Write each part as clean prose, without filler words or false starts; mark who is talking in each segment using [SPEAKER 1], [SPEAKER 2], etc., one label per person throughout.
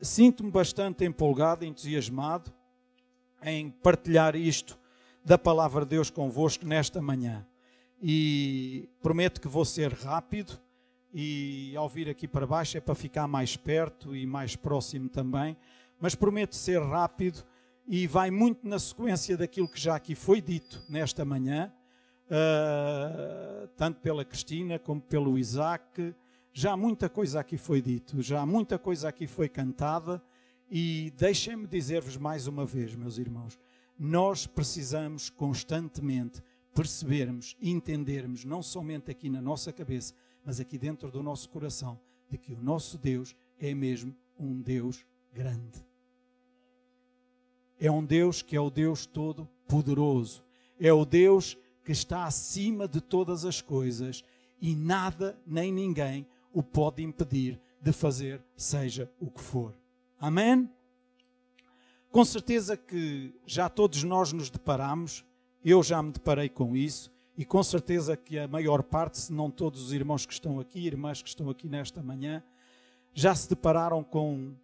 [SPEAKER 1] sinto-me bastante empolgado, entusiasmado em partilhar isto da Palavra de Deus convosco nesta manhã. E prometo que vou ser rápido e ao vir aqui para baixo é para ficar mais perto e mais próximo também, mas prometo ser rápido e vai muito na sequência daquilo que já aqui foi dito nesta manhã, tanto pela Cristina como pelo Isaac. Já muita coisa aqui foi dito, já muita coisa aqui foi cantada e deixem-me dizer-vos mais uma vez, meus irmãos, nós precisamos constantemente percebermos e entendermos, não somente aqui na nossa cabeça, mas aqui dentro do nosso coração, de que o nosso Deus é mesmo um Deus grande. É um Deus que é o Deus todo-poderoso. É o Deus que está acima de todas as coisas e nada nem ninguém o pode impedir de fazer seja o que for. Amém? Com certeza que já todos nós nos deparamos, eu já me deparei com isso, e com certeza que a maior parte, se não todos os irmãos que estão aqui, irmãs que estão aqui nesta manhã, já se depararam com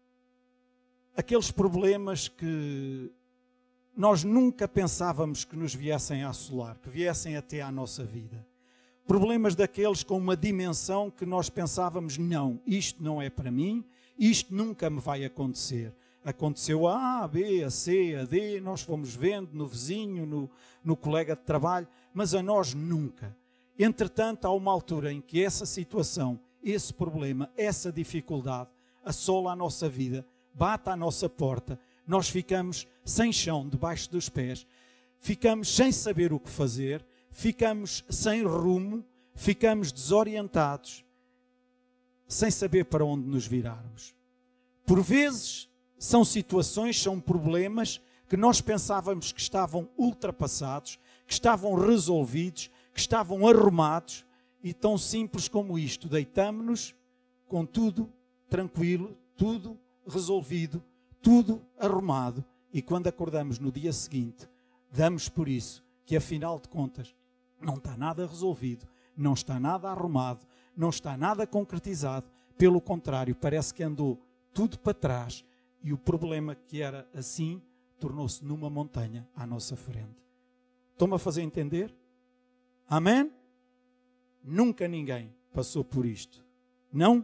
[SPEAKER 1] aqueles problemas que nós nunca pensávamos que nos viessem a assolar, que viessem até à nossa vida. Problemas daqueles com uma dimensão que nós pensávamos, não, isto não é para mim, isto nunca me vai acontecer. Aconteceu a A, a B, a C, a D, nós fomos vendo no vizinho, no colega de trabalho, mas a nós nunca. Entretanto, há uma altura em que essa situação, esse problema, essa dificuldade assola a nossa vida, bate à nossa porta, nós ficamos sem chão debaixo dos pés, ficamos sem saber o que fazer, ficamos sem rumo, ficamos desorientados, sem saber para onde nos virarmos. Por vezes, são situações, são problemas que nós pensávamos que estavam ultrapassados, que estavam resolvidos, que estavam arrumados, e tão simples como isto, deitamo-nos com tudo tranquilo, tudo resolvido, tudo arrumado, e quando acordamos no dia seguinte, damos por isso que afinal de contas não está nada resolvido, não está nada arrumado, não está nada concretizado, pelo contrário, parece que andou tudo para trás, e o problema que era assim tornou-se numa montanha à nossa frente. Estão-me a fazer entender? Amém? Nunca ninguém passou por isto. Não?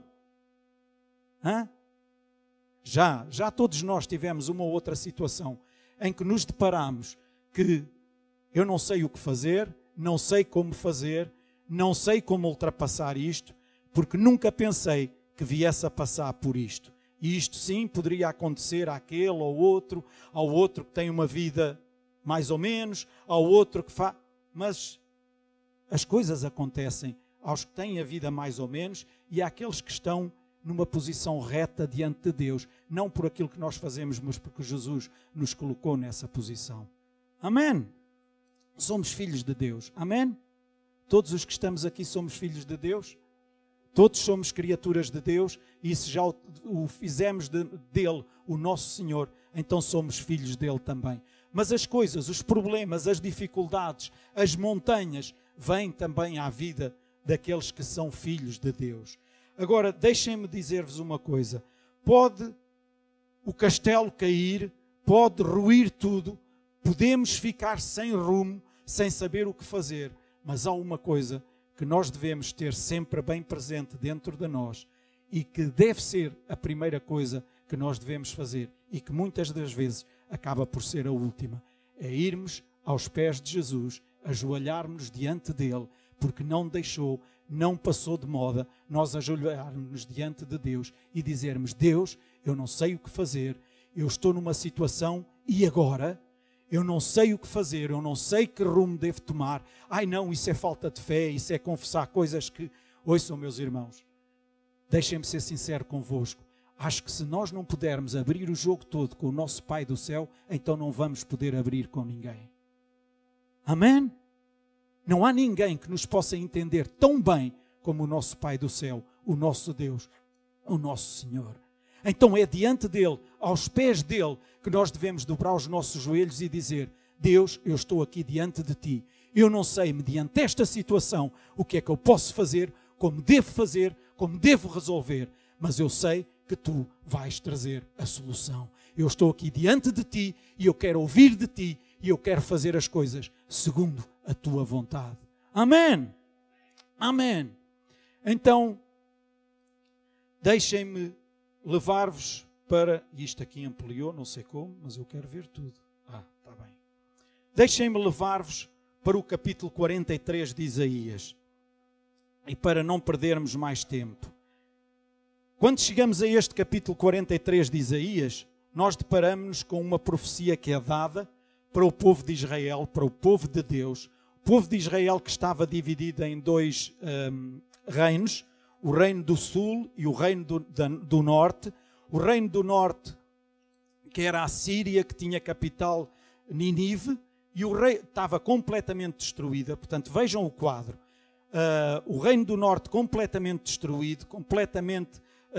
[SPEAKER 1] Hã? Já todos nós tivemos uma ou outra situação em que nos deparamos que eu não sei o que fazer, não sei como fazer, não sei como ultrapassar isto, porque nunca pensei que viesse a passar por isto. E isto sim poderia acontecer àquele ou outro, ao outro que tem uma vida mais ou menos, ao outro que faz... Mas as coisas acontecem aos que têm a vida mais ou menos e àqueles que estão numa posição reta diante de Deus. Não por aquilo que nós fazemos, mas porque Jesus nos colocou nessa posição. Amém? Somos filhos de Deus. Amém? Todos os que estamos aqui somos filhos de Deus. Todos somos criaturas de Deus e se já o fizemos dele o nosso Senhor, então somos filhos dele também. Mas as coisas, os problemas, as dificuldades, as montanhas, vêm também à vida daqueles que são filhos de Deus. Agora, deixem-me dizer-vos uma coisa. Pode o castelo cair, pode ruir tudo, podemos ficar sem rumo, sem saber o que fazer, mas há uma coisa que nós devemos ter sempre bem presente dentro de nós e que deve ser a primeira coisa que nós devemos fazer e que muitas das vezes acaba por ser a última. É irmos aos pés de Jesus, ajoelharmos diante dele, porque não deixou, não passou de moda nós ajoelharmos diante de Deus e dizermos: Deus, eu não sei o que fazer, eu estou numa situação e agora? Eu não sei o que fazer, eu não sei que rumo devo tomar. Ai não, isso é falta de fé, isso é confessar coisas que... Ouçam, meus irmãos, deixem-me ser sincero convosco. Acho que se nós não pudermos abrir o jogo todo com o nosso Pai do céu, então não vamos poder abrir com ninguém. Amém? Não há ninguém que nos possa entender tão bem como o nosso Pai do céu, o nosso Deus, o nosso Senhor. Então é diante dele, aos pés dele, que nós devemos dobrar os nossos joelhos e dizer: Deus, eu estou aqui diante de ti. Eu não sei, mediante esta situação, o que é que eu posso fazer, como devo resolver, mas eu sei que tu vais trazer a solução. Eu estou aqui diante de ti e eu quero ouvir de ti e eu quero fazer as coisas segundo a tua vontade. Amém. Amém. Então, deixem-me levar-vos para... Isto aqui ampliou, não sei como, mas eu quero ver tudo. Está bem. Deixem-me levar-vos para o capítulo 43 de Isaías. E para não perdermos mais tempo. Quando chegamos a este capítulo 43 de Isaías, nós deparamos-nos com uma profecia que é dada para o povo de Israel, para o povo de Deus. O povo de Israel que estava dividido em dois reinos, o reino do sul e o reino do norte. O reino do norte, que era a Síria, que tinha capital Nínive, e o rei estava completamente destruída. Portanto, vejam o quadro. O reino do norte completamente destruído, completamente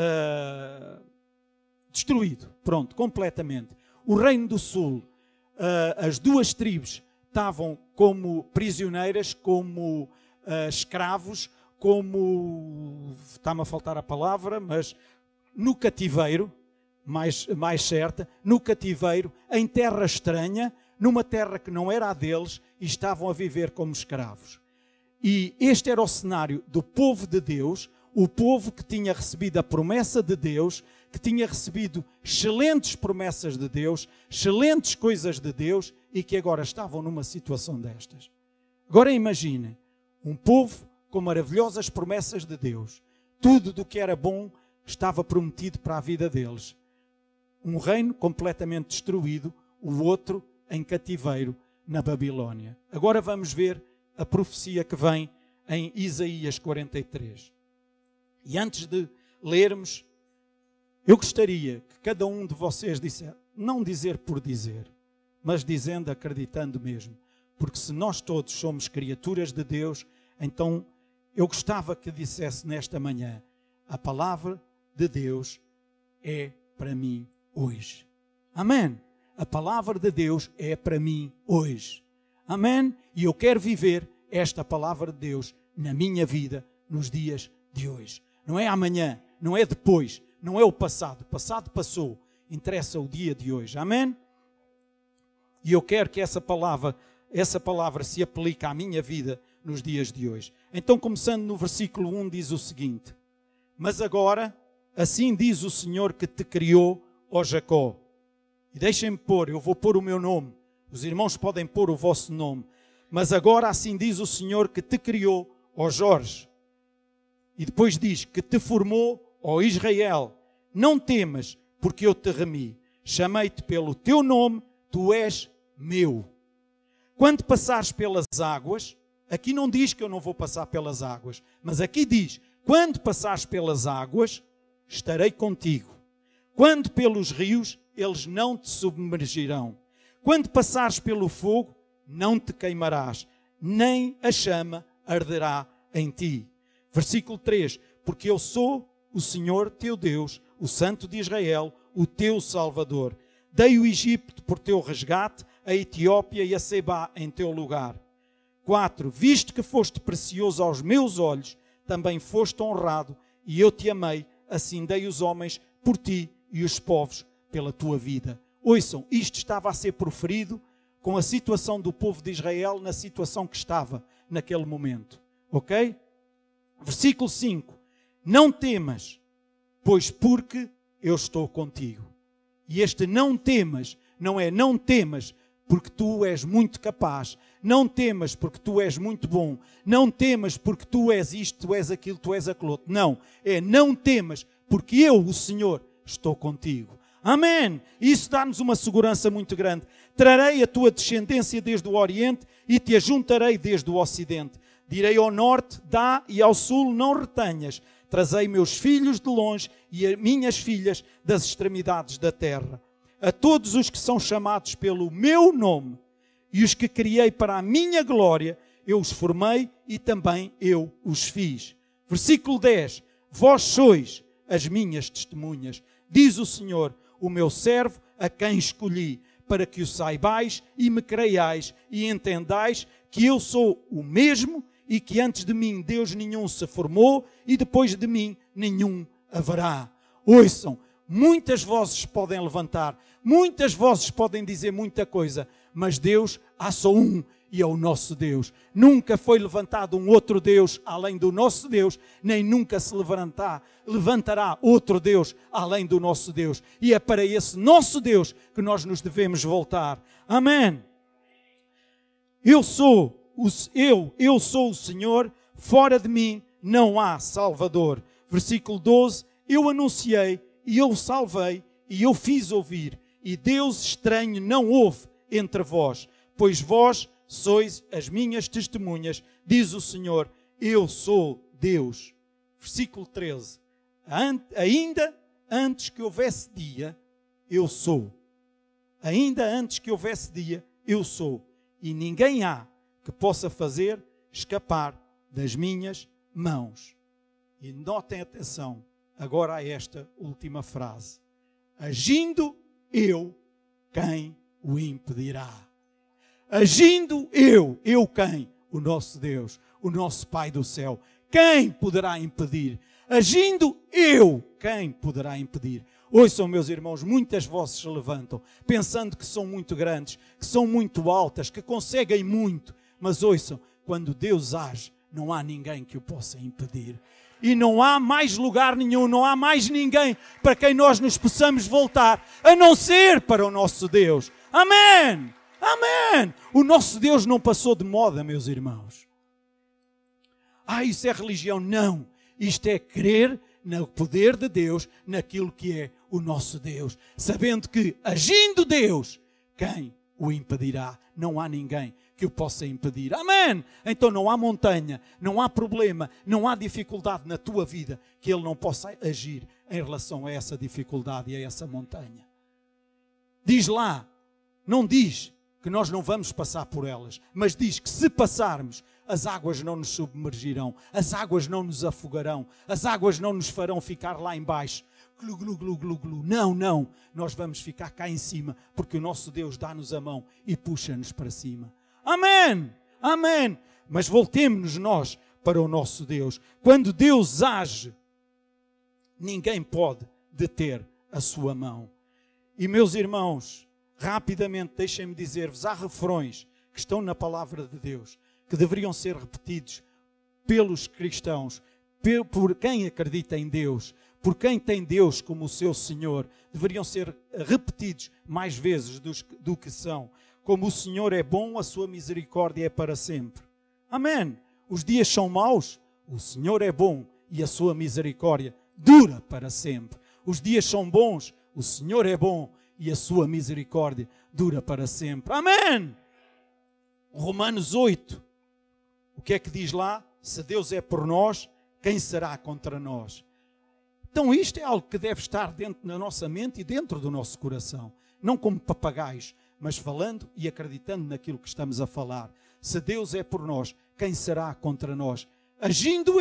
[SPEAKER 1] destruído, pronto, completamente. O reino do sul, as duas tribos estavam como prisioneiras, como escravos, como, está-me a faltar a palavra, mas no cativeiro, mais certa, no cativeiro, em terra estranha, numa terra que não era a deles, e estavam a viver como escravos. E este era o cenário do povo de Deus, o povo que tinha recebido a promessa de Deus, que tinha recebido excelentes promessas de Deus, excelentes coisas de Deus, e que agora estavam numa situação destas. Agora imaginem, um povo com maravilhosas promessas de Deus, tudo do que era bom estava prometido para a vida deles. Um reino completamente destruído, o outro em cativeiro na Babilónia. Agora vamos ver a profecia que vem em Isaías 43. E antes de lermos, eu gostaria que cada um de vocês dissesse, não dizer por dizer, mas dizendo, acreditando mesmo. Porque se nós todos somos criaturas de Deus, então eu gostava que dissesse nesta manhã, a palavra de Deus é para mim hoje. Amém? A palavra de Deus é para mim hoje. Amém? E eu quero viver esta palavra de Deus na minha vida, nos dias de hoje. Não é amanhã, não é depois, não é o passado. O passado passou, interessa o dia de hoje. Amém? E eu quero que essa palavra se aplique à minha vida nos dias de hoje. Então, começando no versículo 1, diz o seguinte: Mas agora, assim diz o Senhor que te criou, ó Jacó. E deixem-me pôr, eu vou pôr o meu nome. Os irmãos podem pôr o vosso nome. Mas agora assim diz o Senhor que te criou, ó Jorge. E depois diz que te formou, ó Israel. Não temas, porque eu te remi. Chamei-te pelo teu nome, tu és meu. Quando passares pelas águas, aqui não diz que eu não vou passar pelas águas, mas aqui diz, quando passares pelas águas, estarei contigo. Quando pelos rios, eles não te submergirão. Quando passares pelo fogo, não te queimarás, nem a chama arderá em ti. Versículo 3. Porque eu sou o Senhor teu Deus, o Santo de Israel, o teu Salvador. Dei o Egito por teu resgate, a Etiópia e a Sebá em teu lugar. 4. Visto que foste precioso aos meus olhos, também foste honrado, e eu te amei, assim dei os homens por ti e os povos pela tua vida. Ouçam, isto estava a ser proferido com a situação do povo de Israel na situação que estava naquele momento. Ok? Versículo 5. Não temas, pois porque eu estou contigo. E este não temas, não é não temas porque tu és muito capaz. Não temas porque tu és muito bom. Não temas porque tu és isto, tu és aquilo, tu és aquilo outro. Não, é não temas porque eu, o Senhor, estou contigo. Amém! Isso dá-nos uma segurança muito grande. Trarei a tua descendência desde o Oriente e te ajuntarei desde o Ocidente. Direi ao Norte, dá, e ao Sul não retenhas. Trazei meus filhos de longe e as minhas filhas das extremidades da terra. A todos os que são chamados pelo meu nome e os que criei para a minha glória, eu os formei e também eu os fiz. Versículo 10. Vós sois as minhas testemunhas, diz o Senhor, o meu servo, a quem escolhi, para que o saibais e me creiais e entendais que eu sou o mesmo e que antes de mim Deus nenhum se formou e depois de mim nenhum haverá. Ouçam, Muitas vozes podem levantar, muitas vozes podem dizer muita coisa, mas Deus há só um e é o nosso Deus. Nunca foi levantado um outro Deus além do nosso Deus, nem nunca se levantará outro Deus além do nosso Deus. E é para esse nosso Deus que nós nos devemos voltar. Amém. Eu sou o Senhor, fora de mim não há Salvador. Versículo 12, eu anunciei e eu salvei e eu fiz ouvir, e Deus estranho não houve entre vós, pois vós sois as minhas testemunhas, diz o Senhor, eu sou Deus. Versículo 13, ainda antes que houvesse dia, eu sou. Ainda antes que houvesse dia, eu sou. E ninguém há que possa fazer escapar das minhas mãos. E notem atenção agora a esta última frase. Agindo eu, quem o impedirá? Agindo eu quem? O nosso Deus, o nosso Pai do céu. Quem poderá impedir? Agindo eu, quem poderá impedir? Ouçam, meus irmãos, muitas vozes se levantam, pensando que são muito grandes, que são muito altas, que conseguem muito. Mas ouçam, quando Deus age, não há ninguém que o possa impedir. E não há mais lugar nenhum, não há mais ninguém para quem nós nos possamos voltar, a não ser para o nosso Deus. Amém! Amém! O nosso Deus não passou de moda, meus irmãos. Isso é religião. Não. Isto é crer no poder de Deus, naquilo que é o nosso Deus. Sabendo que, agindo Deus, quem o impedirá? Não há ninguém que o possa impedir. Amém! Então não há montanha, não há problema, não há dificuldade na tua vida que Ele não possa agir em relação a essa dificuldade e a essa montanha. Diz lá, não diz que nós não vamos passar por elas, mas diz que se passarmos, as águas não nos submergirão, as águas não nos afogarão, as águas não nos farão ficar lá em baixo. Glu, glu, glu, glu, glu. Não, não. Nós vamos ficar cá em cima, porque o nosso Deus dá-nos a mão e puxa-nos para cima. Amém! Amém! Mas voltemos-nos nós para o nosso Deus. Quando Deus age, ninguém pode deter a sua mão. E meus irmãos, rapidamente deixem-me dizer-vos, há refrões que estão na palavra de Deus, que deveriam ser repetidos pelos cristãos, por quem acredita em Deus, por quem tem Deus como o seu Senhor, deveriam ser repetidos mais vezes do que são. Como o Senhor é bom, a sua misericórdia é para sempre. Amém. Os dias são maus, o Senhor é bom e a sua misericórdia dura para sempre. Os dias são bons, o Senhor é bom e a sua misericórdia dura para sempre. Amém. Romanos 8. O que é que diz lá? Se Deus é por nós, quem será contra nós? Então isto é algo que deve estar dentro da nossa mente e dentro do nosso coração. Não como papagaios, mas falando e acreditando naquilo que estamos a falar. Se Deus é por nós, quem será contra nós? Agindo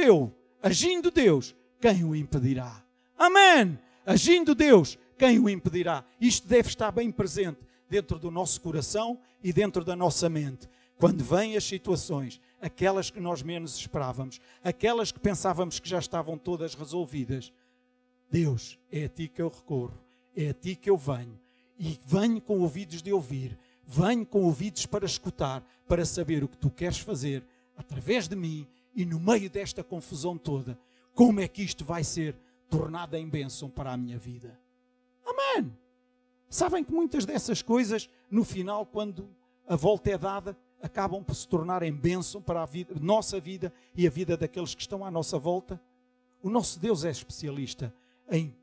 [SPEAKER 1] Deus, quem o impedirá? Amém! Agindo Deus, quem o impedirá? Isto deve estar bem presente dentro do nosso coração e dentro da nossa mente. Quando vêm as situações, aquelas que nós menos esperávamos, aquelas que pensávamos que já estavam todas resolvidas, Deus, é a Ti que eu recorro, é a Ti que eu venho. E venho com ouvidos de ouvir, venho com ouvidos para escutar, para saber o que Tu queres fazer através de mim e no meio desta confusão toda, como é que isto vai ser tornado em bênção para a minha vida. Amém! Sabem que muitas dessas coisas, no final, quando a volta é dada, acabam por se tornar em bênção para a vida, nossa vida e a vida daqueles que estão à nossa volta. O nosso Deus é especialista em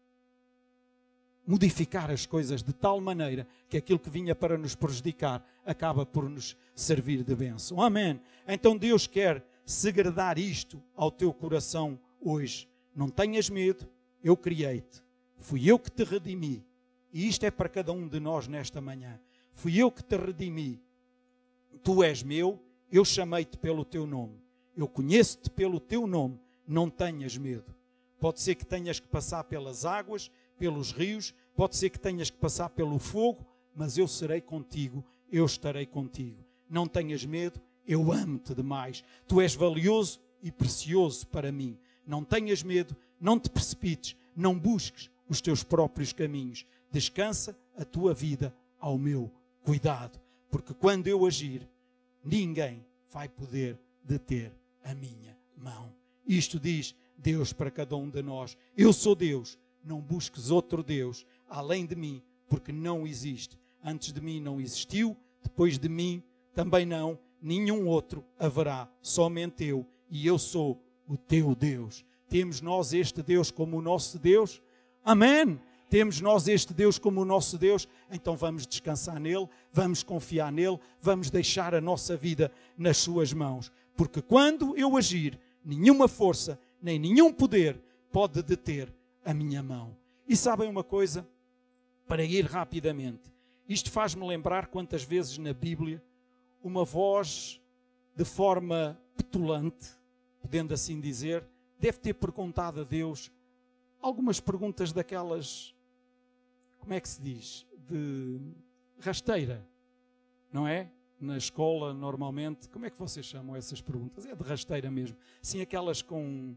[SPEAKER 1] modificar as coisas de tal maneira que aquilo que vinha para nos prejudicar acaba por nos servir de bênção. Amém. Então Deus quer segredar isto ao teu coração hoje. Não tenhas medo, eu criei-te. Fui eu que te redimi. E isto é para cada um de nós nesta manhã. Fui eu que te redimi. Tu és meu, eu chamei-te pelo teu nome. Eu conheço-te pelo teu nome. Não tenhas medo. Pode ser que tenhas que passar pelas águas, pelos rios, pode ser que tenhas que passar pelo fogo, mas eu serei contigo, eu estarei contigo. Não tenhas medo, eu amo-te demais. Tu és valioso e precioso para mim. Não tenhas medo, não te precipites, não busques os teus próprios caminhos. Descansa a tua vida ao meu cuidado. Porque quando eu agir, ninguém vai poder deter a minha mão. Isto diz Deus para cada um de nós. Eu sou Deus, não busques outro Deus além de mim, porque não existe. Antes de mim não existiu, depois de mim também não, nenhum outro haverá, somente eu, e eu sou o teu Deus. Temos nós este Deus como o nosso Deus? Amém! Temos nós este Deus como o nosso Deus? Então vamos descansar nele, vamos confiar nele, vamos deixar a nossa vida nas suas mãos. Porque quando eu agir, nenhuma força, nem nenhum poder pode deter a minha mão. E sabem uma coisa? Para ir rapidamente, isto faz-me lembrar quantas vezes na Bíblia uma voz de forma petulante, podendo assim dizer, deve ter perguntado a Deus algumas perguntas daquelas, como é que se diz, de rasteira, não é? Na escola, normalmente, como é que vocês chamam essas perguntas? É de rasteira mesmo. Sim, aquelas com...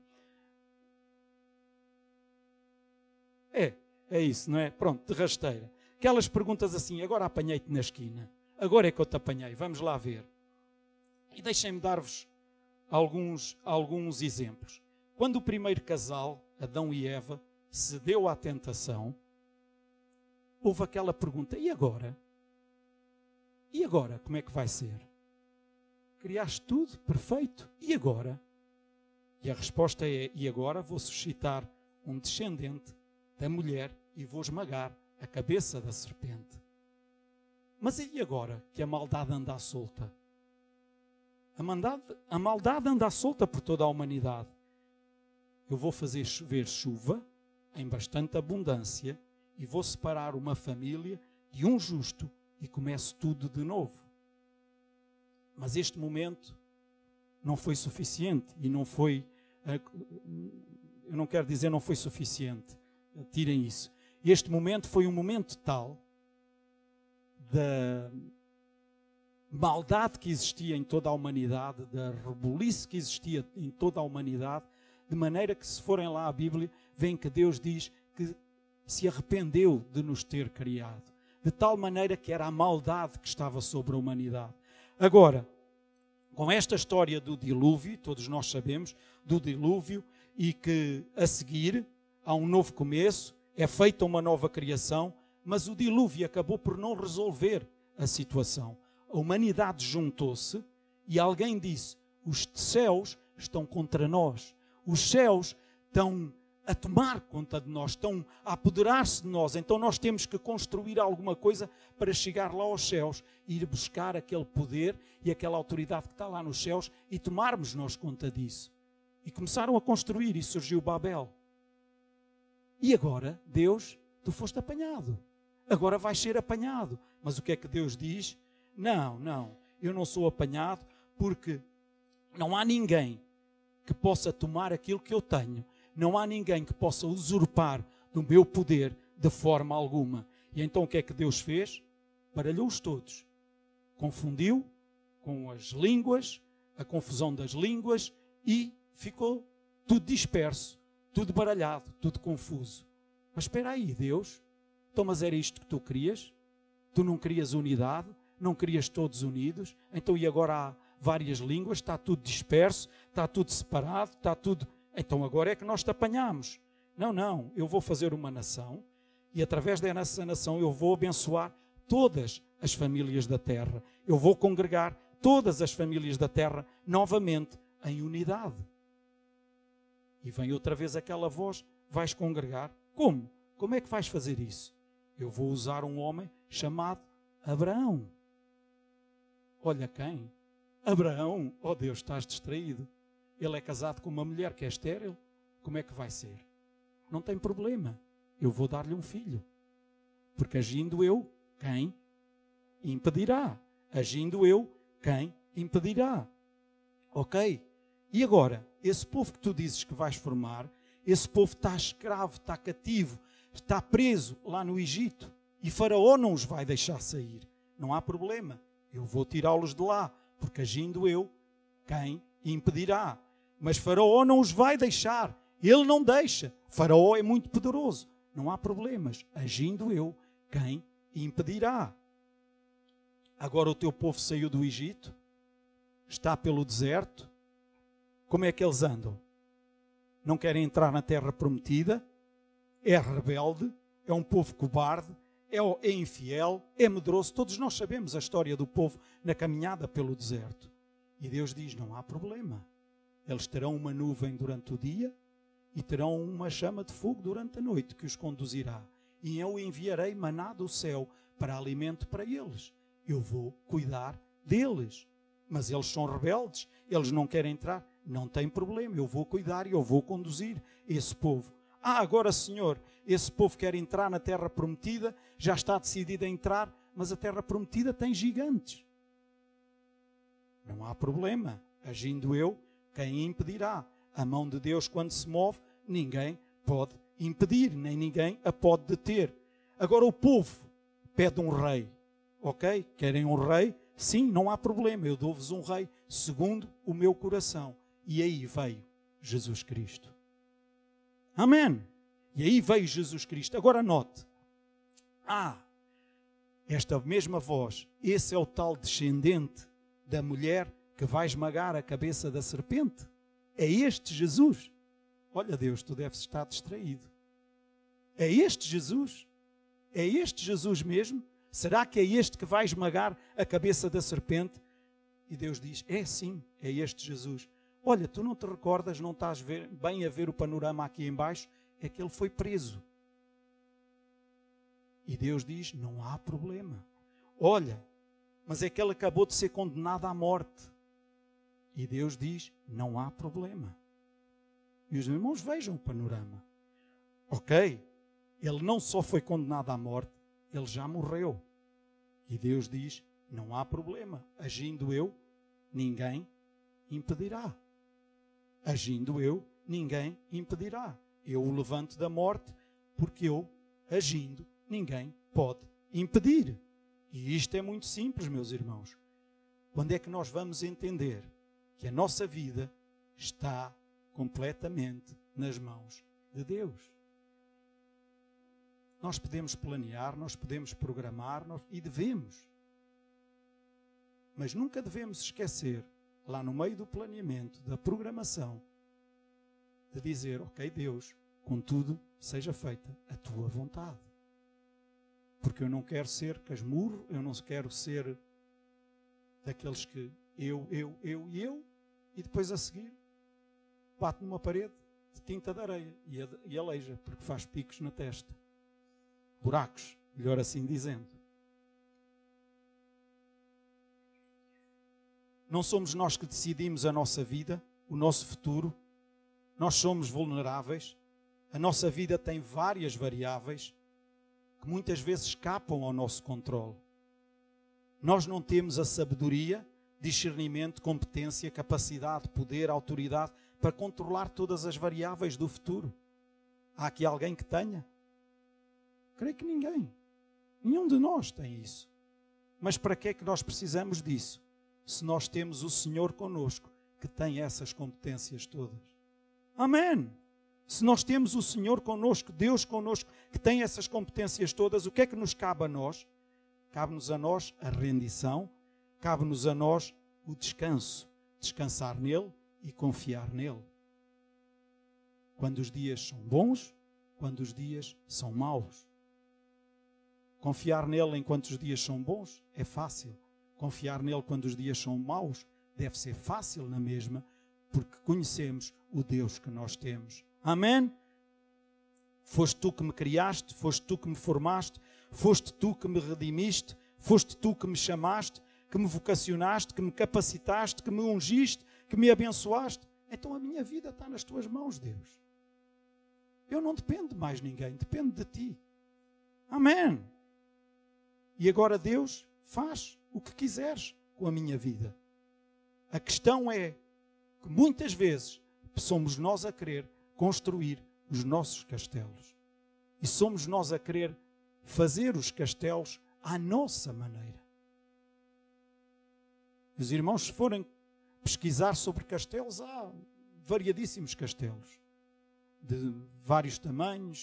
[SPEAKER 1] É isso, não é? Pronto, de rasteira. Aquelas perguntas assim, agora apanhei-te na esquina. Agora é que eu te apanhei, vamos lá ver. E deixem-me dar-vos alguns exemplos. Quando o primeiro casal, Adão e Eva, cedeu à tentação, houve aquela pergunta, e agora? E agora, como é que vai ser? Criaste tudo, perfeito, e agora? E a resposta é, e agora vou suscitar um descendente da mulher e vou esmagar a cabeça da serpente. Mas e agora que a maldade anda à solta? A maldade anda à solta por toda a humanidade. Eu vou fazer chover chuva em bastante abundância e vou separar uma família de um justo e começo tudo de novo. Mas este momento não foi suficiente e não foi... Eu não quero dizer não foi suficiente. Tirem isso. Este momento foi um momento tal da maldade que existia em toda a humanidade, da rebulice que existia em toda a humanidade, de maneira que, se forem lá à Bíblia, veem que Deus diz que se arrependeu de nos ter criado. De tal maneira que era a maldade que estava sobre a humanidade. Agora, com esta história do dilúvio, todos nós sabemos, do dilúvio, e que a seguir há um novo começo, é feita uma nova criação, mas o dilúvio acabou por não resolver a situação. A humanidade juntou-se e alguém disse, os céus estão contra nós. Os céus estão a tomar conta de nós, estão a apoderar-se de nós. Então nós temos que construir alguma coisa para chegar lá aos céus, ir buscar aquele poder e aquela autoridade que está lá nos céus e tomarmos nós conta disso. E começaram a construir e surgiu Babel. E agora, Deus, tu foste apanhado. Agora vais ser apanhado. Mas o que é que Deus diz? Não, eu não sou apanhado porque não há ninguém que possa tomar aquilo que eu tenho. Não há ninguém que possa usurpar do meu poder de forma alguma. E então o que é que Deus fez? Baralhou-os todos. Confundiu com as línguas, a confusão das línguas e ficou tudo disperso, tudo baralhado, tudo confuso. Mas espera aí, Deus, então mas era isto que tu querias? Tu não querias unidade? Não querias todos unidos? Então e agora há várias línguas, está tudo disperso, está tudo separado, está tudo... Então agora é que nós te apanhamos. Não, eu vou fazer uma nação e através dessa nação eu vou abençoar todas as famílias da terra. Eu vou congregar todas as famílias da terra novamente em unidade. E vem outra vez aquela voz, vais congregar? Como? Como é que vais fazer isso? Eu vou usar um homem chamado Abraão. Olha quem? Abraão. Oh Deus, estás distraído. Ele é casado com uma mulher que é estéril. Como é que vai ser? Não tem problema. Eu vou dar-lhe um filho. Porque agindo eu, quem impedirá? Agindo eu, quem impedirá? Ok? E agora, esse povo que tu dizes que vais formar, esse povo está escravo, está cativo, está preso lá no Egito. E Faraó não os vai deixar sair. Não há problema. Eu vou tirá-los de lá. Porque agindo eu, quem impedirá? Mas Faraó não os vai deixar. Ele não deixa. Faraó é muito poderoso. não há problemas. Agindo eu, quem impedirá? Agora o teu povo saiu do Egito, está pelo deserto. Como é que eles andam? Não querem entrar na terra prometida, é rebelde, é um povo cobarde, é infiel, é medroso. Todos nós sabemos a história do povo na caminhada pelo deserto. E Deus diz, não há problema. Eles terão uma nuvem durante o dia e terão uma chama de fogo durante a noite que os conduzirá. E eu enviarei maná do céu para alimento para eles. Eu vou cuidar deles. Mas eles são rebeldes, eles não querem entrar. Não tem problema, eu vou cuidar e eu vou conduzir esse povo. Agora, Senhor, esse povo quer entrar na terra prometida, já está decidido a entrar, mas a terra prometida tem gigantes. Não há problema. Agindo eu, quem impedirá? A mão de Deus, quando se move, ninguém pode impedir, nem ninguém a pode deter. Agora o povo pede um rei. Ok? Querem um rei? Sim, não há problema. Eu dou-vos um rei segundo o meu coração. E aí veio Jesus Cristo. Amém. E aí veio Jesus Cristo. Agora note. Esta mesma voz, esse é o tal descendente da mulher que vai esmagar a cabeça da serpente. É este Jesus. Olha, Deus, tu deves estar distraído. É este Jesus? É este Jesus mesmo? Será que é este que vai esmagar a cabeça da serpente? E Deus diz, sim, é este Jesus. Olha, tu não te recordas, não estás bem a ver o panorama aqui em baixo? É que ele foi preso. E Deus diz, não há problema. Olha, mas é que ele acabou de ser condenado à morte. E Deus diz, não há problema. E os irmãos vejam o panorama. Ok, ele não só foi condenado à morte, ele já morreu. E Deus diz, não há problema. Agindo eu, ninguém impedirá. Agindo eu, ninguém impedirá. Eu o levanto da morte, porque eu, agindo, ninguém pode impedir. E isto é muito simples, meus irmãos. Quando é que nós vamos entender que a nossa vida está completamente nas mãos de Deus? Nós podemos planear, nós podemos programar e devemos. Mas nunca devemos esquecer, lá no meio do planeamento, da programação, de dizer, ok, Deus, contudo, seja feita a tua vontade. Porque eu não quero ser casmurro, eu não quero ser daqueles que eu, e depois a seguir bate numa parede de tinta de areia e aleija, porque faz picos na testa. Buracos, melhor assim dizendo. Não somos nós que decidimos a nossa vida, o nosso futuro. Nós somos vulneráveis. A nossa vida tem várias variáveis que muitas vezes escapam ao nosso controle. Nós não temos a sabedoria, discernimento, competência, capacidade, poder, autoridade para controlar todas as variáveis do futuro. Há aqui alguém que tenha? Creio que ninguém. Nenhum de nós tem isso. Mas para que é que nós precisamos disso? Se nós temos o Senhor connosco, que tem essas competências todas. Amém! Se nós temos o Senhor connosco, Deus connosco, que tem essas competências todas, o que é que nos cabe a nós? Cabe-nos a nós a rendição, cabe-nos a nós o descanso. Descansar nele e confiar nele. Quando os dias são bons, quando os dias são maus. Confiar nele enquanto os dias são bons é fácil. Confiar nele quando os dias são maus deve ser fácil na mesma, porque conhecemos o Deus que nós temos. Amém? Foste tu que me criaste, foste tu que me formaste, foste tu que me redimiste, foste tu que me chamaste, que me vocacionaste, que me capacitaste, que me ungiste, que me abençoaste. Então a minha vida está nas tuas mãos, Deus. Eu não dependo de mais ninguém, dependo de ti. Amém? E agora, Deus, faz o que quiseres com a minha vida. A questão é que muitas vezes somos nós a querer construir os nossos castelos. E somos nós a querer fazer os castelos à nossa maneira. Os irmãos, se forem pesquisar sobre castelos, há variadíssimos castelos. De vários tamanhos,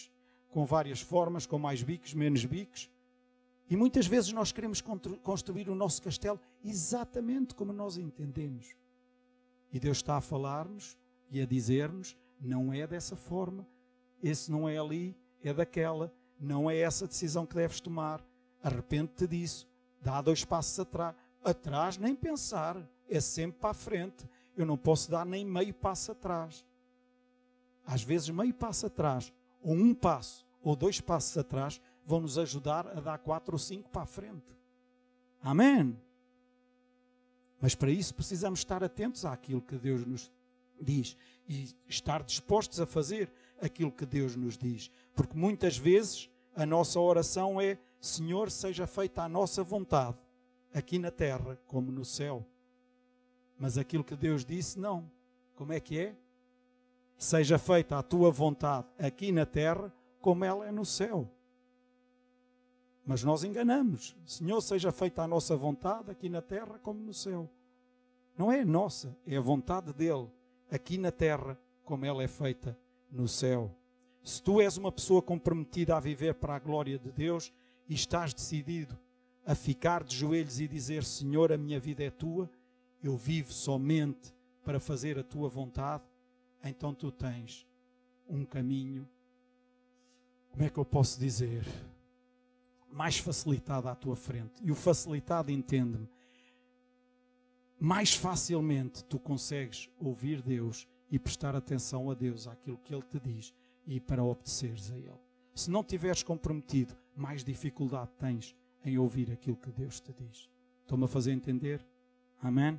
[SPEAKER 1] com várias formas, com mais bicos, menos bicos. E muitas vezes nós queremos construir o nosso castelo exatamente como nós entendemos. E Deus está a falar-nos e a dizer-nos, não é dessa forma, esse não é ali, é daquela, não é essa decisão que deves tomar. Arrepende-te disso, dá 2 passos atrás. Atrás nem pensar, é sempre para a frente. Eu não posso dar nem meio passo atrás. Às vezes meio passo atrás, ou 1 passo, ou 2 passos atrás, vão nos ajudar a dar 4 ou 5 para a frente. Amém? Mas para isso precisamos estar atentos àquilo que Deus nos diz e estar dispostos a fazer aquilo que Deus nos diz. Porque muitas vezes a nossa oração é: Senhor, seja feita a nossa vontade, aqui na terra como no céu. Mas aquilo que Deus disse, não. Como é que é? Seja feita a tua vontade aqui na terra como ela é no céu. Mas nós enganamos. Senhor, seja feita a nossa vontade aqui na terra como no céu. Não é a nossa, é a vontade dele, aqui na terra como ela é feita no céu. Se tu és uma pessoa comprometida a viver para a glória de Deus e estás decidido a ficar de joelhos e dizer: Senhor, a minha vida é tua, eu vivo somente para fazer a tua vontade, então tu tens um caminho, como é que eu posso dizer, mais facilitado à tua frente. E o facilitado, entende-me, mais facilmente tu consegues ouvir Deus e prestar atenção a Deus, àquilo que Ele te diz, e para obedeceres a Ele. Se não estiveres comprometido, mais dificuldade tens em ouvir aquilo que Deus te diz. Estou-me a fazer entender? Amém?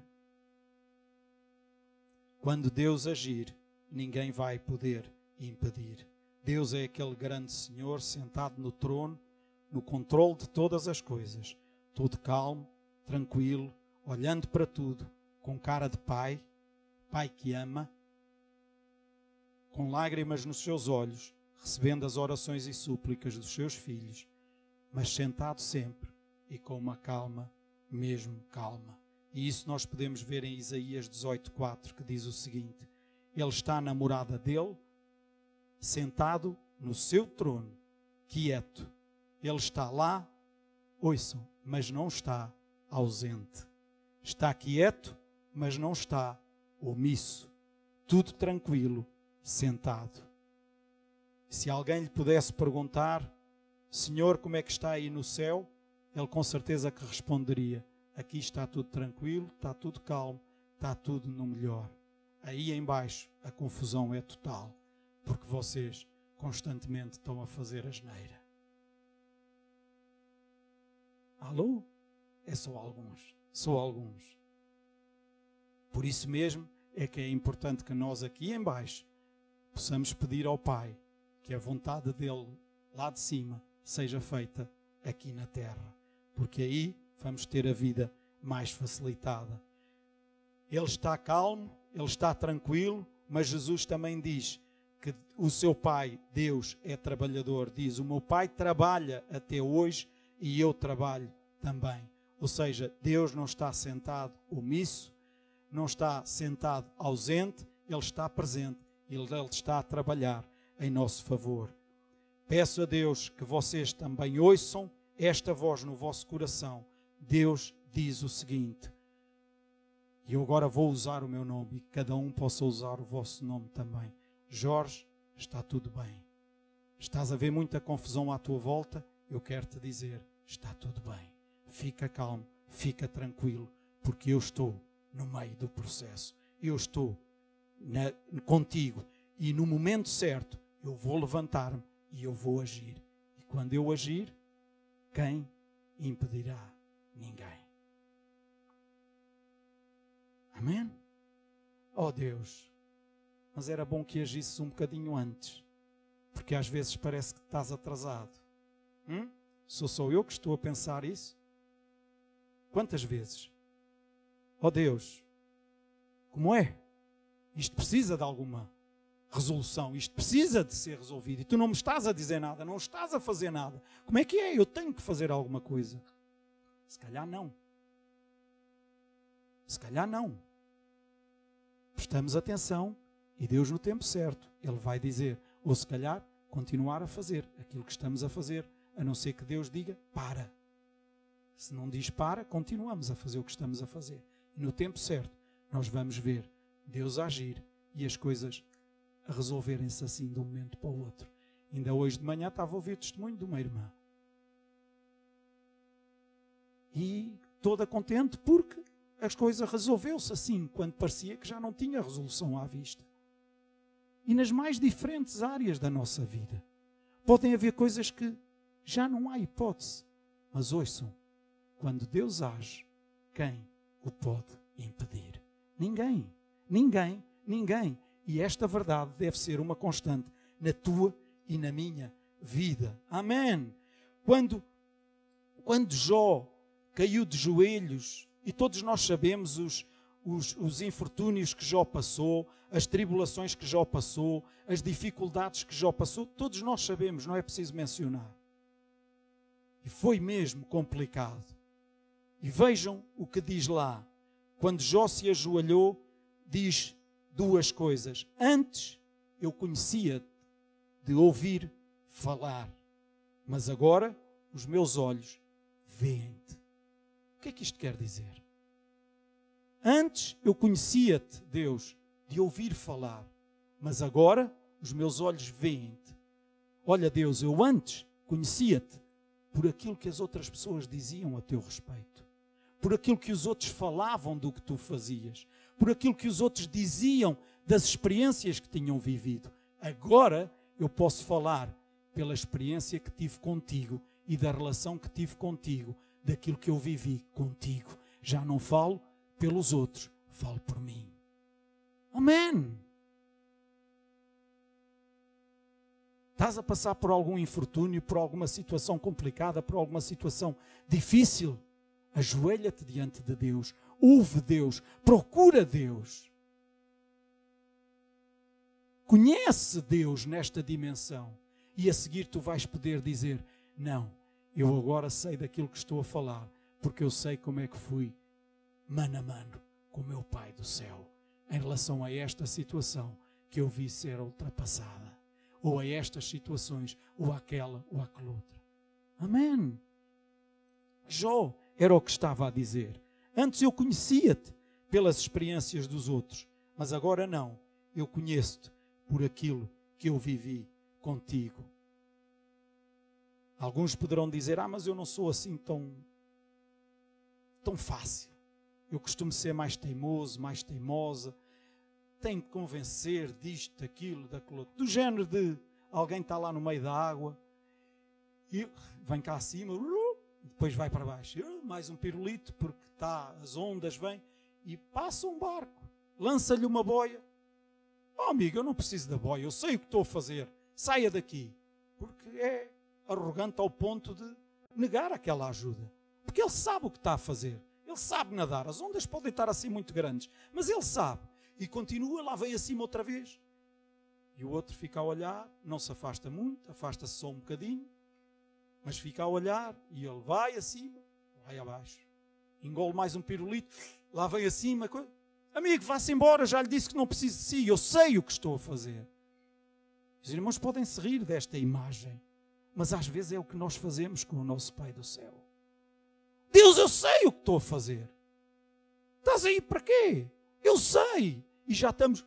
[SPEAKER 1] Quando Deus agir, ninguém vai poder impedir. Deus é aquele grande Senhor sentado no trono, no controle de todas as coisas, todo calmo, tranquilo, olhando para tudo, com cara de pai, pai que ama, com lágrimas nos seus olhos, recebendo as orações e súplicas dos seus filhos, mas sentado sempre e com uma calma, mesmo calma. E isso nós podemos ver em Isaías 18:4, que diz o seguinte: Ele está na morada dele, sentado no seu trono, quieto. Ele está lá, ouçam, mas não está ausente. Está quieto, mas não está omisso. Tudo tranquilo, sentado. Se alguém lhe pudesse perguntar: Senhor, como é que está aí no céu? Ele com certeza que responderia: aqui está tudo tranquilo, está tudo calmo, está tudo no melhor. Aí em baixo a confusão é total, porque vocês constantemente estão a fazer asneira. Alô? É só alguns. Por isso mesmo é que é importante que nós aqui em baixo possamos pedir ao Pai que a vontade dele lá de cima seja feita aqui na terra, porque aí vamos ter a vida mais facilitada. Ele está calmo, ele está tranquilo, mas Jesus também diz que o seu Pai, Deus, é trabalhador. Diz: o meu Pai trabalha até hoje e eu trabalho também. Ou seja, Deus não está sentado omisso, não está sentado ausente, Ele está presente, Ele está a trabalhar em nosso favor. Peço a Deus que vocês também ouçam esta voz no vosso coração. Deus diz o seguinte, e eu agora vou usar o meu nome e que cada um possa usar o vosso nome também. Jorge, está tudo bem. Estás a ver muita confusão à tua volta? Eu quero te dizer, está tudo bem. Fica calmo, fica tranquilo, porque eu estou no meio do processo. Eu estou contigo e no momento certo eu vou levantar-me e eu vou agir. E quando eu agir, quem impedirá? Ninguém. Amém? Oh Deus, mas era bom que agisses um bocadinho antes, porque às vezes parece que estás atrasado. Sou só eu que estou a pensar isso? Quantas vezes? Oh Deus, como é? Isto precisa de alguma resolução, isto precisa de ser resolvido e tu não me estás a dizer nada, não estás a fazer nada. Como é que é? Eu tenho que fazer alguma coisa. Se calhar não. Se calhar não. Prestamos atenção e Deus no tempo certo, Ele vai dizer, ou se calhar continuar a fazer aquilo que estamos a fazer, a não ser que Deus diga, para. Se não diz para, continuamos a fazer o que estamos a fazer. E no tempo certo, nós vamos ver Deus agir e as coisas a resolverem-se assim de um momento para o outro. Ainda hoje de manhã estava a ouvir o testemunho de uma irmã. E toda contente porque as coisas resolveu-se assim, quando parecia que já não tinha resolução à vista. E nas mais diferentes áreas da nossa vida. Podem haver coisas que já não há hipótese. Mas ouçam, quando Deus age, quem o pode impedir? Ninguém. Ninguém. Ninguém. E esta verdade deve ser uma constante na tua e na minha vida. Amém. Quando Jó caiu de joelhos, e todos nós sabemos os infortúnios que Jó passou, as tribulações que Jó passou, as dificuldades que Jó passou, todos nós sabemos, não é preciso mencionar. E foi mesmo complicado. E vejam o que diz lá. Quando Jó se ajoelhou, diz duas coisas. Antes eu conhecia-te de ouvir falar, mas agora os meus olhos veem-te. O que é que isto quer dizer? Antes eu conhecia-te, Deus, de ouvir falar, mas agora os meus olhos veem-te. Olha, Deus, eu antes conhecia-te por aquilo que as outras pessoas diziam a teu respeito, por aquilo que os outros falavam do que tu fazias, por aquilo que os outros diziam das experiências que tinham vivido. Agora eu posso falar pela experiência que tive contigo e da relação que tive contigo, daquilo que eu vivi contigo. Já não falo pelos outros, falo por mim. Amém. Estás a passar por algum infortúnio, por alguma situação complicada, por alguma situação difícil? Ajoelha-te diante de Deus, ouve Deus, procura Deus. Conhece Deus nesta dimensão e a seguir tu vais poder dizer, não, eu agora sei daquilo que estou a falar, porque eu sei como é que fui mano a mano com o meu Pai do céu em relação a esta situação que eu vi ser ultrapassada, ou a estas situações, ou àquela, ou àquela outra. Amém. Jó era o que estava a dizer. Antes eu conhecia-te pelas experiências dos outros, mas agora não. Eu conheço-te por aquilo que eu vivi contigo. Alguns poderão dizer, mas eu não sou assim tão fácil. Eu costumo ser mais teimoso, mais teimosa. Tenho que convencer disto, daquilo, daquilo. Do género de alguém está lá no meio da água e vem cá acima, depois vai para baixo. Mais um pirulito, porque as ondas vêm e passa um barco. Lança-lhe uma boia. Amigo, eu não preciso da boia, eu sei o que estou a fazer. Saia daqui. Porque é arrogante ao ponto de negar aquela ajuda. Porque ele sabe o que está a fazer. Ele sabe nadar. As ondas podem estar assim muito grandes, mas ele sabe. E continua, lá vem acima outra vez. E o outro fica a olhar, não se afasta muito, afasta-se só um bocadinho, mas fica a olhar e ele vai acima, vai abaixo. Engole mais um pirulito, lá vem acima. Amigo, vá-se embora, já lhe disse que não preciso de si, eu sei o que estou a fazer. Os irmãos podem se rir desta imagem, mas às vezes é o que nós fazemos com o nosso Pai do céu. Deus, eu sei o que estou a fazer. Estás aí para quê? Eu sei. E já estamos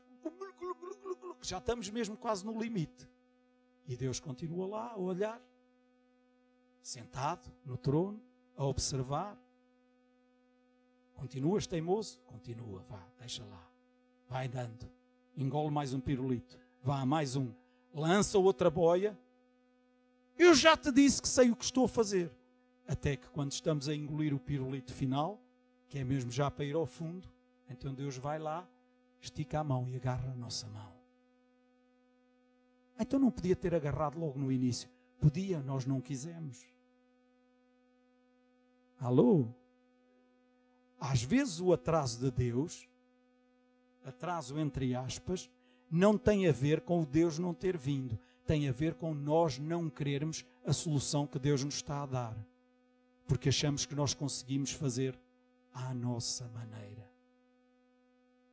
[SPEAKER 1] mesmo quase no limite. E Deus continua lá a olhar, sentado no trono, a observar. Continuas teimoso? Continua, vá, deixa lá. Vai dando. Engole mais um pirulito. Vá, mais um. Lança outra boia. Eu já te disse que sei o que estou a fazer. Até que quando estamos a engolir o pirulito final, que é mesmo já para ir ao fundo, então Deus vai lá, estica a mão e agarra a nossa mão. Então não podia ter agarrado logo no início. Podia, nós não quisemos. Alô? Às vezes o atraso de Deus, atraso entre aspas, não tem a ver com o Deus não ter vindo. Tem a ver com nós não querermos a solução que Deus nos está a dar. Porque achamos que nós conseguimos fazer à nossa maneira.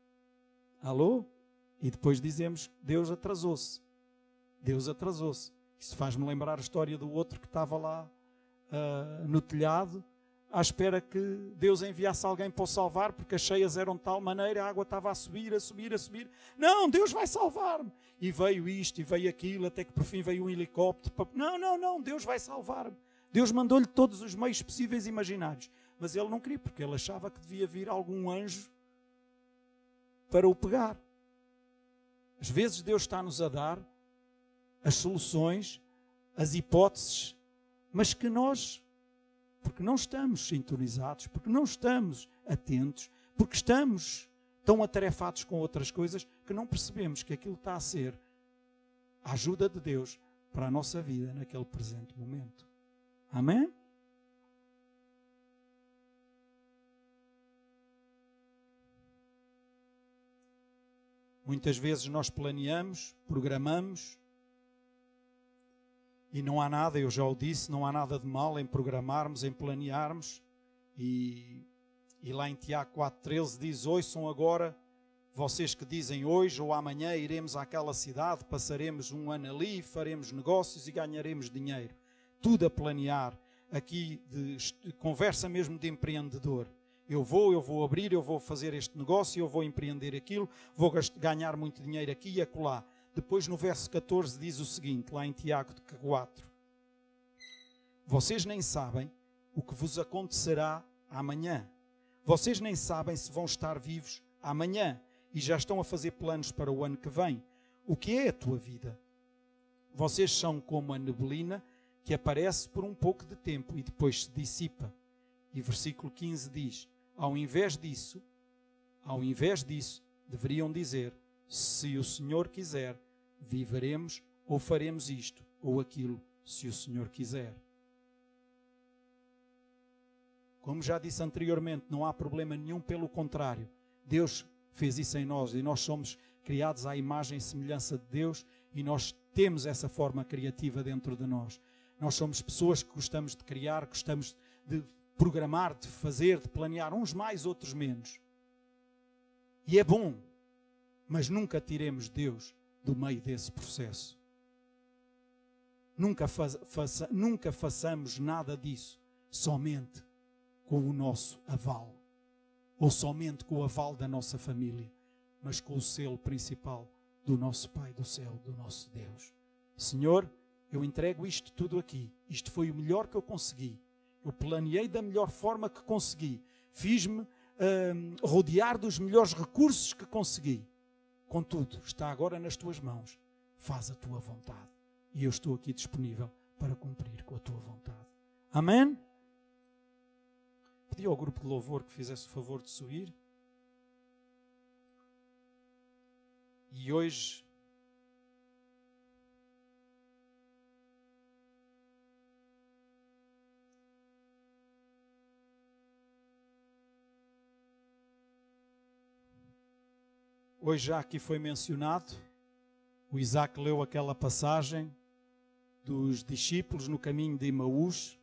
[SPEAKER 1] Alô? E depois dizemos, Deus atrasou-se. Deus atrasou-se. Isso faz-me lembrar a história do outro que estava lá no telhado, à espera que Deus enviasse alguém para o salvar, porque as cheias eram de tal maneira, a água estava a subir, a subir, a subir. Não, Deus vai salvar-me. E veio isto, e veio aquilo, até que por fim veio um helicóptero. Não, Deus vai salvar-me. Deus mandou-lhe todos os meios possíveis e imaginários. Mas ele não queria, porque ele achava que devia vir algum anjo para o pegar. Às vezes Deus está-nos a dar as soluções, as hipóteses, mas que nós, porque não estamos sintonizados, porque não estamos atentos, porque estamos tão atarefados com outras coisas, que não percebemos que aquilo está a ser a ajuda de Deus para a nossa vida naquele presente momento. Amém? Muitas vezes nós planeamos, programamos, e não há nada, eu já o disse, não há nada de mal em programarmos, em planearmos. E lá em Tiago 4,13 diz: ouçam agora, vocês que dizem hoje ou amanhã iremos àquela cidade, passaremos um ano ali, faremos negócios e ganharemos dinheiro. Tudo a planear, aqui de conversa mesmo de empreendedor. Eu vou abrir, eu vou fazer este negócio, eu vou empreender aquilo, vou ganhar muito dinheiro aqui e acolá. Depois no verso 14 diz o seguinte, lá em Tiago 4. Vocês nem sabem o que vos acontecerá amanhã. Vocês nem sabem se vão estar vivos amanhã e já estão a fazer planos para o ano que vem. O que é a tua vida? Vocês são como a neblina que aparece por um pouco de tempo e depois se dissipa. E versículo 15 diz: ao invés disso, deveriam dizer: se o Senhor quiser, viveremos ou faremos isto ou aquilo, se o Senhor quiser. Como já disse anteriormente, não há problema nenhum, pelo contrário. Deus fez isso em nós e nós somos criados à imagem e semelhança de Deus e nós temos essa forma criativa dentro de nós. Nós somos pessoas que gostamos de criar, gostamos de programar, de fazer, de planear, uns mais, outros menos. E é bom, mas nunca tiremos Deus do meio desse processo. Nunca façamos nada disso somente com o nosso aval, ou somente com o aval da nossa família, mas com o selo principal do nosso Pai do céu, do nosso Deus. Senhor, eu entrego isto tudo aqui. Isto foi o melhor que eu consegui. Eu planeei da melhor forma que consegui. Fiz-me rodear dos melhores recursos que consegui. Contudo, está agora nas tuas mãos. Faz a tua vontade. E eu estou aqui disponível para cumprir com a tua vontade. Amém? Pedi ao grupo de louvor que fizesse o favor de subir. E hoje já aqui foi mencionado, o Isaac leu aquela passagem dos discípulos no caminho de Emaús,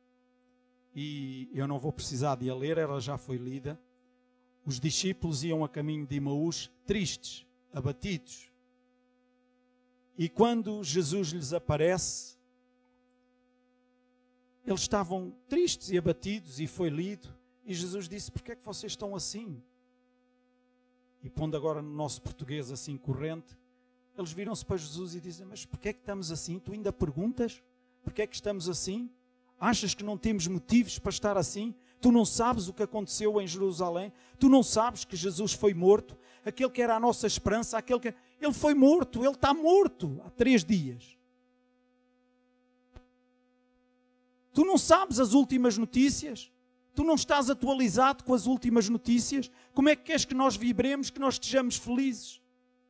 [SPEAKER 1] e eu não vou precisar de a ler, ela já foi lida. Os discípulos iam a caminho de Emaús tristes, abatidos. E quando Jesus lhes aparece, eles estavam tristes e abatidos, e foi lido, e Jesus disse: porquê é que vocês estão assim? E pondo agora no nosso português assim corrente, eles viram-se para Jesus e dizem: mas porquê é que estamos assim? Tu ainda perguntas? Porquê é que estamos assim? Achas que não temos motivos para estar assim? Tu não sabes o que aconteceu em Jerusalém? Tu não sabes que Jesus foi morto? Aquele que era a nossa esperança, ele foi morto, ele está morto há 3 dias. Tu não sabes as últimas notícias? Tu não estás atualizado com as últimas notícias? Como é que queres que nós vibremos, que nós estejamos felizes?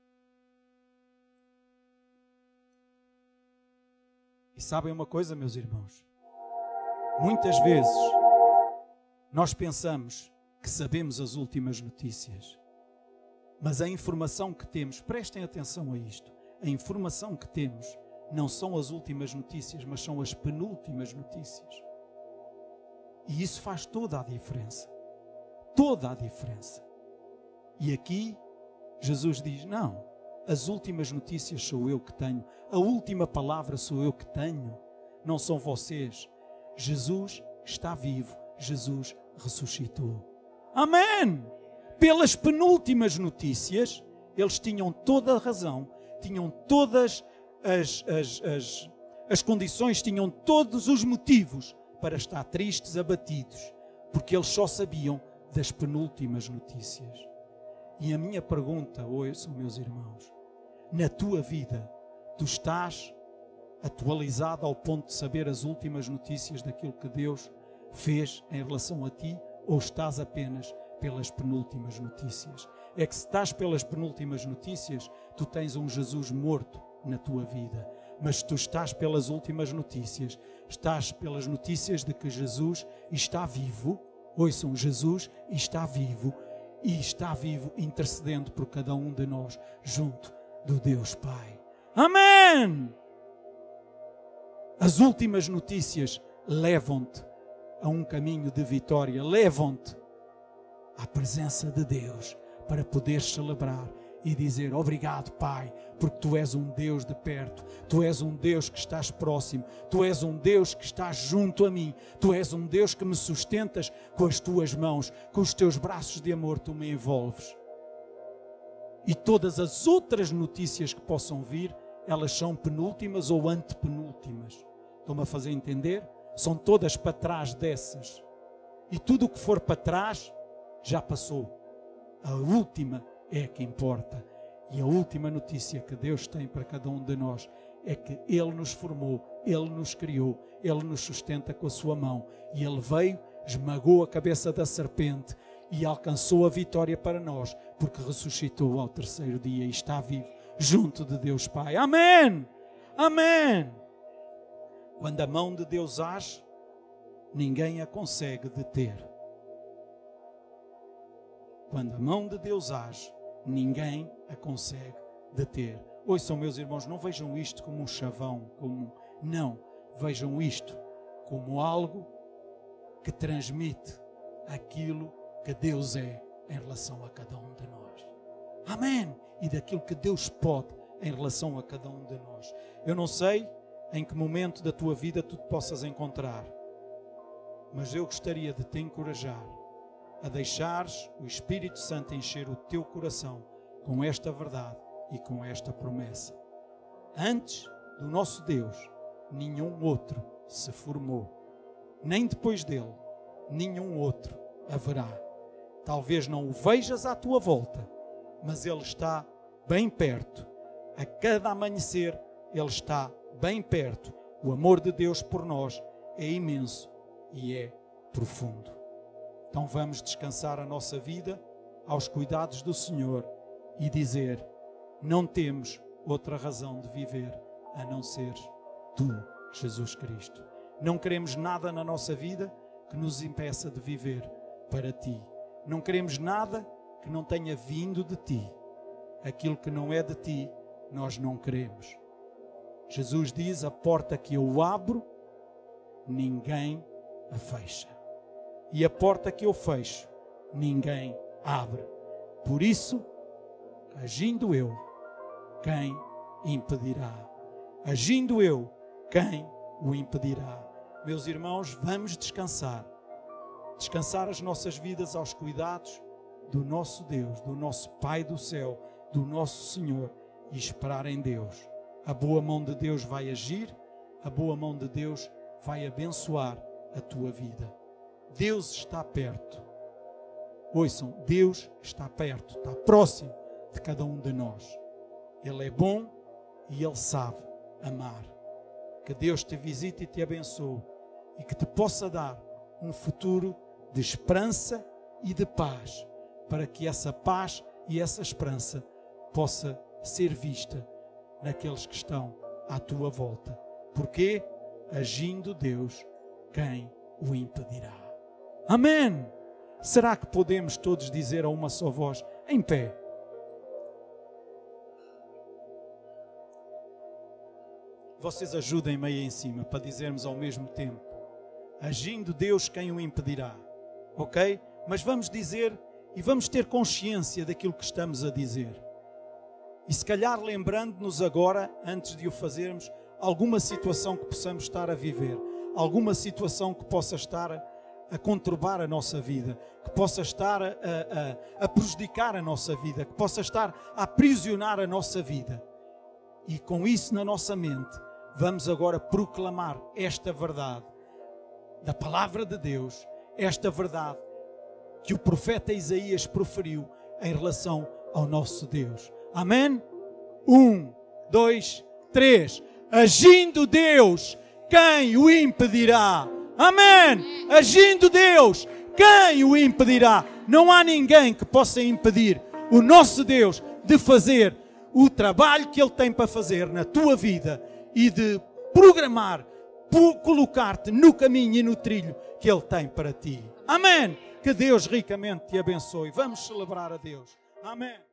[SPEAKER 1] E sabem uma coisa, meus irmãos? Muitas vezes nós pensamos que sabemos as últimas notícias, mas a informação que temos, prestem atenção a isto, a informação que temos não são as últimas notícias, mas são as penúltimas notícias. E isso faz toda a diferença. Toda a diferença. E aqui Jesus diz: não, as últimas notícias sou eu que tenho. A última palavra sou eu que tenho. Não são vocês. Jesus está vivo. Jesus ressuscitou. Amém! Pelas penúltimas notícias, eles tinham toda a razão, tinham todas as condições, tinham todos os motivos para estar tristes, abatidos, porque eles só sabiam das penúltimas notícias. E a minha pergunta hoje, meus irmãos, na tua vida, tu estás atualizado ao ponto de saber as últimas notícias daquilo que Deus fez em relação a ti, ou estás apenas pelas penúltimas notícias? É que se estás pelas penúltimas notícias, tu tens um Jesus morto na tua vida. Mas se tu estás pelas últimas notícias, estás pelas notícias de que Jesus está vivo. Ouçam, Jesus está vivo, e está vivo intercedendo por cada um de nós junto do Deus Pai. Amém! As últimas notícias levam-te a um caminho de vitória, levam-te à presença de Deus para poderes celebrar e dizer: obrigado, Pai, porque Tu és um Deus de perto, Tu és um Deus que estás próximo, Tu és um Deus que estás junto a mim, Tu és um Deus que me sustentas com as Tuas mãos, com os Teus braços de amor Tu me envolves. E todas as outras notícias que possam vir, elas são penúltimas ou antepenúltimas. Estão-me a fazer entender? São todas para trás dessas. E tudo o que for para trás já passou. A última é a que importa. E a última notícia que Deus tem para cada um de nós é que Ele nos formou, Ele nos criou, Ele nos sustenta com a sua mão. E Ele veio, esmagou a cabeça da serpente e alcançou a vitória para nós, porque ressuscitou ao terceiro dia e está vivo junto de Deus Pai. Amém! Amém! Quando a mão de Deus age, ninguém a consegue deter. Quando a mão de Deus age, ninguém a consegue deter. Ouçam, meus irmãos, não vejam isto como um chavão, não. Vejam isto como algo que transmite aquilo que Deus é em relação a cada um de nós. Amém! E daquilo que Deus pode em relação a cada um de nós. Eu não sei em que momento da tua vida tu te possas encontrar, mas eu gostaria de te encorajar a deixares o Espírito Santo encher o teu coração com esta verdade e com esta promessa. Antes do nosso Deus, nenhum outro se formou, nem depois dele, nenhum outro haverá. Talvez não o vejas à tua volta, mas Ele está bem perto. A cada amanhecer, Ele está bem perto. O amor de Deus por nós é imenso e é profundo. Então vamos descansar a nossa vida aos cuidados do Senhor e dizer: não temos outra razão de viver a não ser Tu, Jesus Cristo. Não queremos nada na nossa vida que nos impeça de viver para Ti. Não queremos nada que não tenha vindo de Ti. Aquilo que não é de Ti, nós não queremos. Jesus diz: a porta que eu abro, ninguém a fecha. E a porta que eu fecho, ninguém abre. Por isso, agindo eu, quem impedirá? Agindo eu, quem o impedirá? Meus irmãos, vamos descansar. Descansar as nossas vidas aos cuidados do nosso Deus, do nosso Pai do céu, do nosso Senhor, e esperar em Deus. A boa mão de Deus vai agir, a boa mão de Deus vai abençoar a tua vida. Deus está perto. Ouçam, Deus está perto, está próximo de cada um de nós. Ele é bom e Ele sabe amar. Que Deus te visite e te abençoe e que te possa dar um futuro de esperança e de paz, para que essa paz e essa esperança possa ser vista naqueles que estão à tua volta. Porque, agindo Deus, quem o impedirá? Amém! Será que podemos todos dizer a uma só voz, em pé? Vocês ajudem-me aí em cima para dizermos ao mesmo tempo: agindo Deus, quem o impedirá? Ok? Mas vamos dizer e vamos ter consciência daquilo que estamos a dizer. E se calhar lembrando-nos agora, antes de o fazermos, alguma situação que possamos estar a viver, alguma situação que possa estar a conturbar a nossa vida, que possa estar a prejudicar a nossa vida, que possa estar a aprisionar a nossa vida. E com isso na nossa mente, vamos agora proclamar esta verdade da palavra de Deus, esta verdade que o profeta Isaías proferiu em relação ao nosso Deus. Amém? 1, 2, 3. Agindo Deus, quem o impedirá? Amém! Agindo Deus, quem o impedirá? Não há ninguém que possa impedir o nosso Deus de fazer o trabalho que Ele tem para fazer na tua vida e de programar, colocar-te no caminho e no trilho que Ele tem para ti. Amém! Que Deus ricamente te abençoe. Vamos celebrar a Deus. Amém!